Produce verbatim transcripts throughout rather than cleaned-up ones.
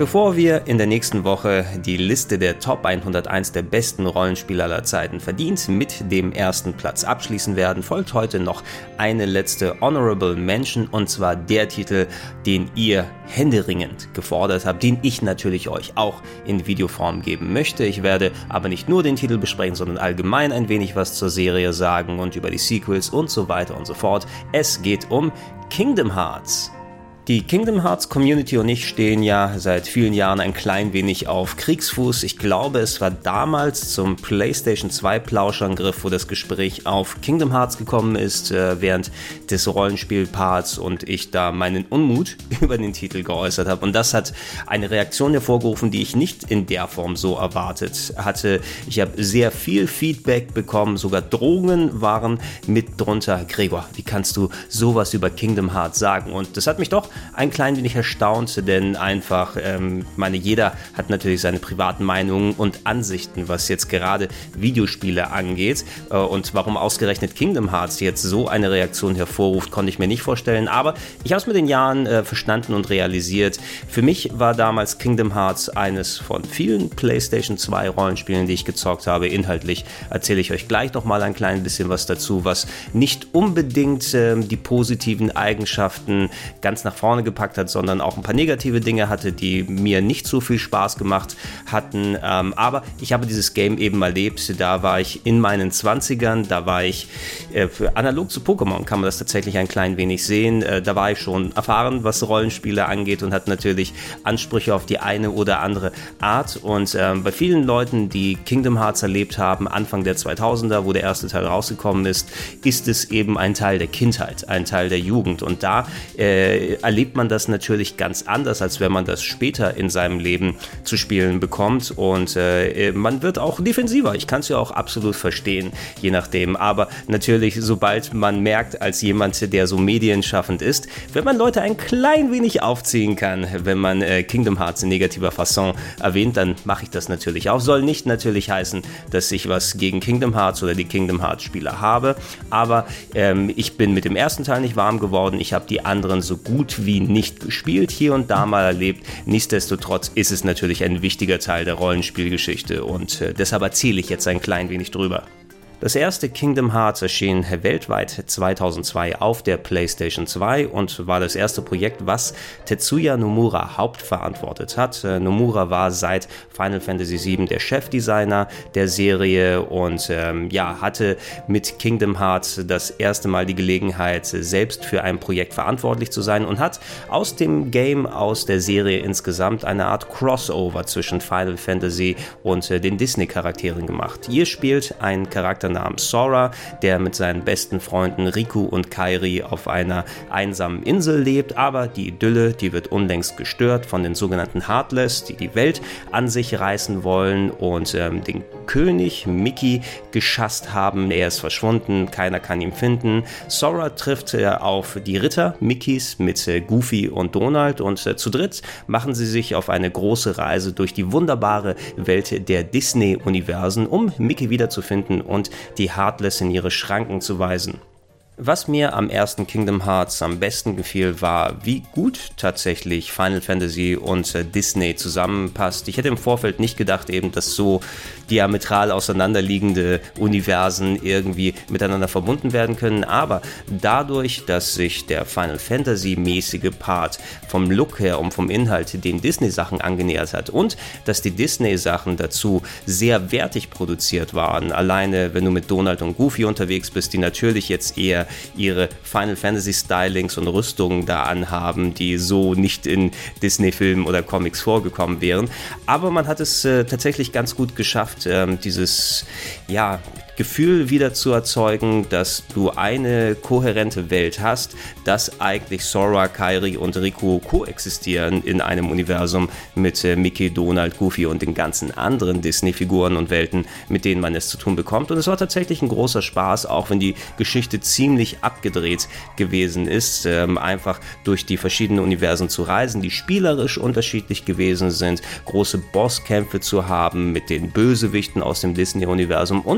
Bevor wir in der nächsten Woche die Liste der Top hunderteins der besten Rollenspiele aller Zeiten verdient mit dem ersten Platz abschließen werden, folgt heute noch eine letzte Honorable Mention, und zwar der Titel, den ihr händeringend gefordert habt, den ich natürlich euch auch in Videoform geben möchte. Ich werde aber nicht nur den Titel besprechen, sondern allgemein ein wenig was zur Serie sagen und über die Sequels und so weiter und so fort. Es geht um Kingdom Hearts. Die Kingdom Hearts Community und ich stehen ja seit vielen Jahren ein klein wenig auf Kriegsfuß. Ich glaube, es war damals zum PlayStation zwei Plauschangriff, wo das Gespräch auf Kingdom Hearts gekommen ist, äh, während des Rollenspielparts und ich da meinen Unmut über den Titel geäußert habe. Und das hat eine Reaktion hervorgerufen, die ich nicht in der Form so erwartet hatte. Ich habe sehr viel Feedback bekommen, sogar Drohungen waren mit drunter. Gregor, wie kannst du sowas über Kingdom Hearts sagen? Und das hat mich doch ein klein wenig erstaunt, denn einfach, ähm, meine, jeder hat natürlich seine privaten Meinungen und Ansichten, was jetzt gerade Videospiele angeht, äh, und warum ausgerechnet Kingdom Hearts jetzt so eine Reaktion hervorruft, konnte ich mir nicht vorstellen, aber ich habe es mit den Jahren äh, verstanden und realisiert. Für mich war damals Kingdom Hearts eines von vielen PlayStation zwei Rollenspielen, die ich gezockt habe. Inhaltlich erzähle ich euch gleich noch mal ein klein bisschen was dazu, was nicht unbedingt äh, die positiven Eigenschaften ganz nach vorne gepackt hat, sondern auch ein paar negative Dinge hatte, die mir nicht so viel Spaß gemacht hatten. Ähm, aber ich habe dieses Game eben erlebt. Da war ich in meinen zwanzigern, da war ich äh, analog zu Pokémon, kann man das tatsächlich ein klein wenig sehen. Äh, da war ich schon erfahren, was Rollenspiele angeht und hatte natürlich Ansprüche auf die eine oder andere Art. Und äh, bei vielen Leuten, die Kingdom Hearts erlebt haben, Anfang der zweitausender, wo der erste Teil rausgekommen ist, ist es eben ein Teil der Kindheit, ein Teil der Jugend. Und da äh, erlebt man das natürlich ganz anders, als wenn man das später in seinem Leben zu spielen bekommt, und äh, man wird auch defensiver. Ich kann es ja auch absolut verstehen, je nachdem, aber natürlich, sobald man merkt, als jemand, der so medienschaffend ist, wenn man Leute ein klein wenig aufziehen kann, wenn man äh, Kingdom Hearts in negativer Fasson erwähnt, dann mache ich das natürlich auch. Soll nicht natürlich heißen, dass ich was gegen Kingdom Hearts oder die Kingdom Hearts Spieler habe, aber ähm, ich bin mit dem ersten Teil nicht warm geworden. Ich habe die anderen so gut wie nicht gespielt, hier und da mal erlebt. Nichtsdestotrotz ist es natürlich ein wichtiger Teil der Rollenspielgeschichte, und äh, deshalb erzähle ich jetzt ein klein wenig drüber. Das erste Kingdom Hearts erschien weltweit zweitausendzwei auf der PlayStation zwei und war das erste Projekt, was Tetsuya Nomura hauptverantwortet hat. Nomura war seit Final Fantasy sieben der Chefdesigner der Serie und ähm, ja, hatte mit Kingdom Hearts das erste Mal die Gelegenheit, selbst für ein Projekt verantwortlich zu sein, und hat aus dem Game, aus der Serie insgesamt eine Art Crossover zwischen Final Fantasy und äh, den Disney-Charakteren gemacht. Ihr spielt einen Charakter namens Sora, der mit seinen besten Freunden Riku und Kairi auf einer einsamen Insel lebt, aber die Idylle, die wird unlängst gestört von den sogenannten Heartless, die die Welt an sich reißen wollen und ähm, den König Mickey geschasst haben. Er ist verschwunden, keiner kann ihn finden. Sora trifft äh, auf die Ritter Mickeys mit äh, Goofy und Donald, und äh, zu dritt machen sie sich auf eine große Reise durch die wunderbare Welt der Disney-Universen, um Mickey wiederzufinden und die Heartless in ihre Schranken zu weisen. Was mir am ersten Kingdom Hearts am besten gefiel, war, wie gut tatsächlich Final Fantasy und äh, Disney zusammenpasst. Ich hätte im Vorfeld nicht gedacht, eben, dass so diametral auseinanderliegende Universen irgendwie miteinander verbunden werden können, aber dadurch, dass sich der Final Fantasy-mäßige Part vom Look her und vom Inhalt den Disney-Sachen angenähert hat und dass die Disney-Sachen dazu sehr wertig produziert waren, alleine wenn du mit Donald und Goofy unterwegs bist, die natürlich jetzt eher ihre Final Fantasy Stylings und Rüstungen da anhaben, die so nicht in Disney-Filmen oder Comics vorgekommen wären. Aber man hat es äh, tatsächlich ganz gut geschafft, ähm, dieses, ja, Gefühl wieder zu erzeugen, dass du eine kohärente Welt hast, dass eigentlich Sora, Kairi und Riku koexistieren in einem Universum mit äh, Mickey, Donald, Goofy und den ganzen anderen Disney-Figuren und Welten, mit denen man es zu tun bekommt. Und es war tatsächlich ein großer Spaß, auch wenn die Geschichte ziemlich abgedreht gewesen ist, ähm, einfach durch die verschiedenen Universen zu reisen, die spielerisch unterschiedlich gewesen sind, große Bosskämpfe zu haben mit den Bösewichten aus dem Disney-Universum und was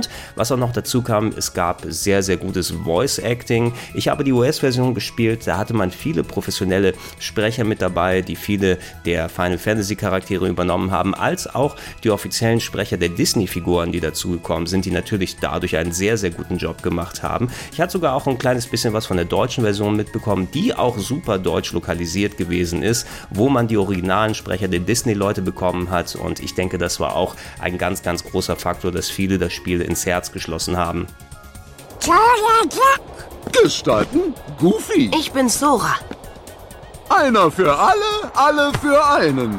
Was auch noch dazu kam, es gab sehr, sehr gutes Voice-Acting. Ich habe die U S-Version gespielt, da hatte man viele professionelle Sprecher mit dabei, die viele der Final Fantasy-Charaktere übernommen haben, als auch die offiziellen Sprecher der Disney-Figuren, die dazugekommen sind, die natürlich dadurch einen sehr, sehr guten Job gemacht haben. Ich hatte sogar auch ein kleines bisschen was von der deutschen Version mitbekommen, die auch super deutsch lokalisiert gewesen ist, wo man die originalen Sprecher der Disney-Leute bekommen hat, und ich denke, das war auch ein ganz, ganz großer Faktor, dass viele das Spiel ins Herz geschlossen haben. Gestalten Goofy. Ich bin Sora. Einer für alle, alle für einen.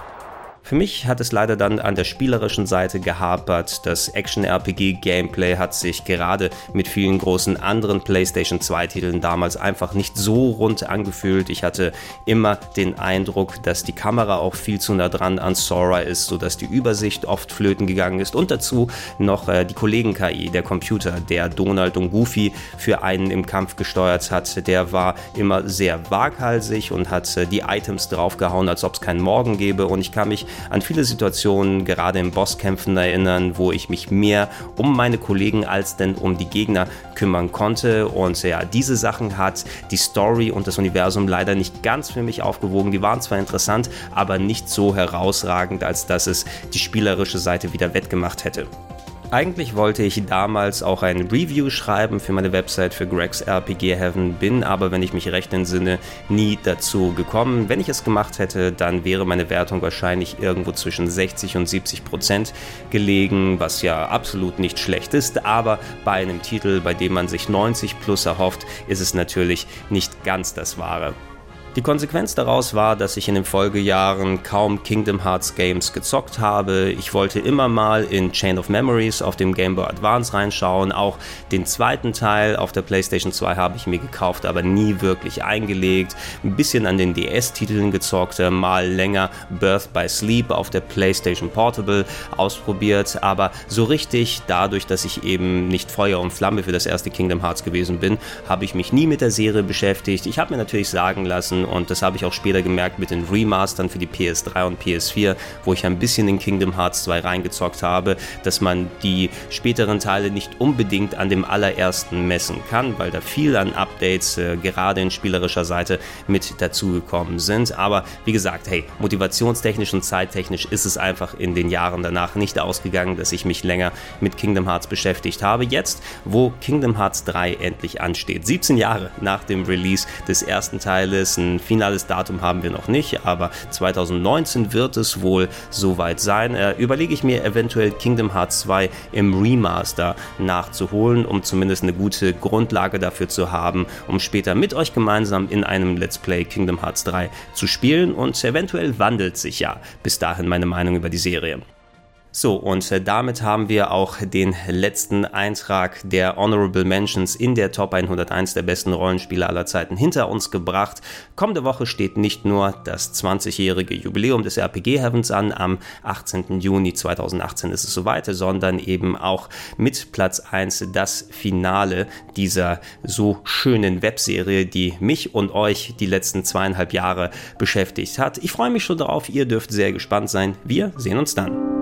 Für mich hat es leider dann an der spielerischen Seite gehapert. Das Action-R P G-Gameplay hat sich gerade mit vielen großen anderen PlayStation zwei Titeln damals einfach nicht so rund angefühlt. Ich hatte immer den Eindruck, dass die Kamera auch viel zu nah dran an Sora ist, sodass die Übersicht oft flöten gegangen ist. Und dazu noch äh, die Kollegen-K I, der Computer, der Donald und Goofy für einen im Kampf gesteuert hat. Der war immer sehr waghalsig und hat äh, die Items draufgehauen, als ob es keinen Morgen gäbe. Und ich kann mich an viele Situationen, gerade in Bosskämpfen erinnern, wo ich mich mehr um meine Kollegen als denn um die Gegner kümmern konnte. Und ja, diese Sachen hat die Story und das Universum leider nicht ganz für mich aufgewogen. Die waren zwar interessant, aber nicht so herausragend, als dass es die spielerische Seite wieder wettgemacht hätte. Eigentlich wollte ich damals auch ein Review schreiben für meine Website für Greg's R P G Heaven, bin aber, wenn ich mich recht entsinne, nie dazu gekommen. Wenn ich es gemacht hätte, dann wäre meine Wertung wahrscheinlich irgendwo zwischen sechzig und siebzig Prozent gelegen, was ja absolut nicht schlecht ist, aber bei einem Titel, bei dem man sich neunzig plus erhofft, ist es natürlich nicht ganz das Wahre. Die Konsequenz daraus war, dass ich in den Folgejahren kaum Kingdom Hearts Games gezockt habe. Ich wollte immer mal in Chain of Memories auf dem Game Boy Advance reinschauen. Auch den zweiten Teil auf der PlayStation zwei habe ich mir gekauft, aber nie wirklich eingelegt. Ein bisschen an den D S-Titeln gezockt, mal länger Birth by Sleep auf der PlayStation Portable ausprobiert, aber so richtig, dadurch, dass ich eben nicht Feuer und Flamme für das erste Kingdom Hearts gewesen bin, habe ich mich nie mit der Serie beschäftigt. Ich habe mir natürlich sagen lassen, und das habe ich auch später gemerkt mit den Remastern für die P S drei und P S vier, wo ich ein bisschen in Kingdom Hearts zwei reingezockt habe, dass man die späteren Teile nicht unbedingt an dem allerersten messen kann, weil da viel an Updates äh, gerade in spielerischer Seite mit dazugekommen sind. Aber wie gesagt, hey, motivationstechnisch und zeittechnisch ist es einfach in den Jahren danach nicht ausgegangen, dass ich mich länger mit Kingdom Hearts beschäftigt habe. Jetzt, wo Kingdom Hearts drei endlich ansteht, siebzehn Jahre nach dem Release des ersten Teiles, ein finales Datum haben wir noch nicht, aber zwanzig neunzehn wird es wohl soweit sein. Äh, überlege ich mir eventuell Kingdom Hearts zwei im Remaster nachzuholen, um zumindest eine gute Grundlage dafür zu haben, um später mit euch gemeinsam in einem Let's Play Kingdom Hearts drei zu spielen, und eventuell wandelt sich ja bis dahin meine Meinung über die Serie. So, und damit haben wir auch den letzten Eintrag der Honorable Mentions in der Top hunderteins der besten Rollenspiele aller Zeiten hinter uns gebracht. Kommende Woche steht nicht nur das zwanzigjährige Jubiläum des R P G Heavens an, am achtzehnten Juni zweitausendachtzehn ist es soweit, sondern eben auch mit Platz eins das Finale dieser so schönen Webserie, die mich und euch die letzten zweieinhalb Jahre beschäftigt hat. Ich freue mich schon darauf, ihr dürft sehr gespannt sein. Wir sehen uns dann.